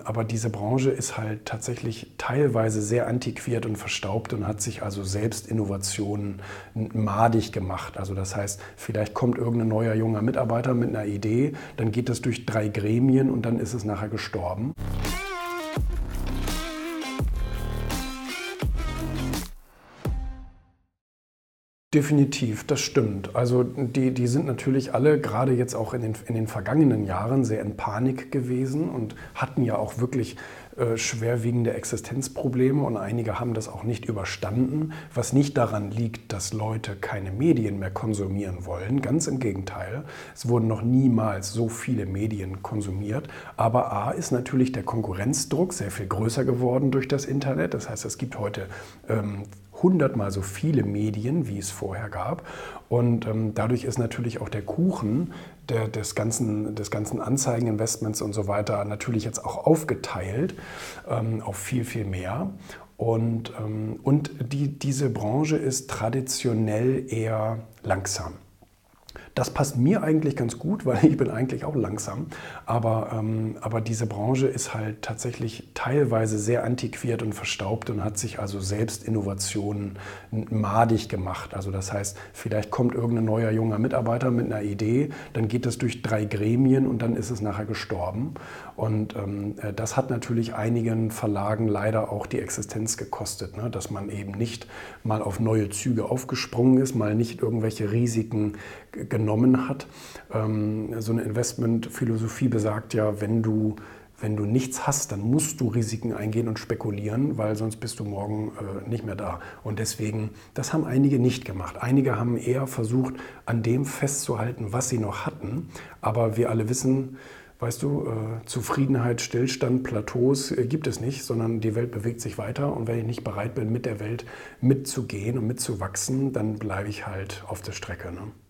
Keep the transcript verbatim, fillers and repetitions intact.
aber diese Branche ist halt tatsächlich teilweise sehr antiquiert und verstaubt und hat sich also selbst Innovationen madig gemacht. Also das heißt, vielleicht kommt irgendein neuer junger Mitarbeiter mit einer Idee, dann geht das durch drei Gremien und dann ist es nachher gestorben. Definitiv, das stimmt. Also die, die sind natürlich alle, gerade jetzt auch in den, in den vergangenen Jahren, sehr in Panik gewesen und hatten ja auch wirklich äh, schwerwiegende Existenzprobleme und einige haben das auch nicht überstanden, was nicht daran liegt, dass Leute keine Medien mehr konsumieren wollen. Ganz im Gegenteil, es wurden noch niemals so viele Medien konsumiert. Aber A ist natürlich der Konkurrenzdruck sehr viel größer geworden durch das Internet. Das heißt, es gibt heute ähm, hundertmal so viele Medien, wie es vorher gab. Und ähm, dadurch ist natürlich auch der Kuchen der, des, ganzen, des ganzen Anzeigeninvestments und so weiter natürlich jetzt auch aufgeteilt ähm, auf viel, viel mehr. Und, ähm, und die, diese Branche ist traditionell eher langsam. Das passt mir eigentlich ganz gut, weil ich bin eigentlich auch langsam. Aber, ähm, aber diese Branche ist halt tatsächlich teilweise sehr antiquiert und verstaubt und hat sich also selbst Innovationen madig gemacht. Also das heißt, vielleicht kommt irgendein neuer junger Mitarbeiter mit einer Idee, dann geht das durch drei Gremien und dann ist es nachher gestorben. Und ähm, das hat natürlich einigen Verlagen leider auch die Existenz gekostet, ne? Dass man eben nicht mal auf neue Züge aufgesprungen ist, mal nicht irgendwelche Risiken genommen hat. Ähm, so eine Investmentphilosophie besagt ja, wenn du, wenn du nichts hast, dann musst du Risiken eingehen und spekulieren, weil sonst bist du morgen äh, nicht mehr da. Und deswegen, das haben einige nicht gemacht. Einige haben eher versucht, an dem festzuhalten, was sie noch hatten. Aber wir alle wissen, weißt du, äh, Zufriedenheit, Stillstand, Plateaus äh, gibt es nicht, sondern die Welt bewegt sich weiter. Und wenn ich nicht bereit bin, mit der Welt mitzugehen und mitzuwachsen, dann bleibe ich halt auf der Strecke, ne?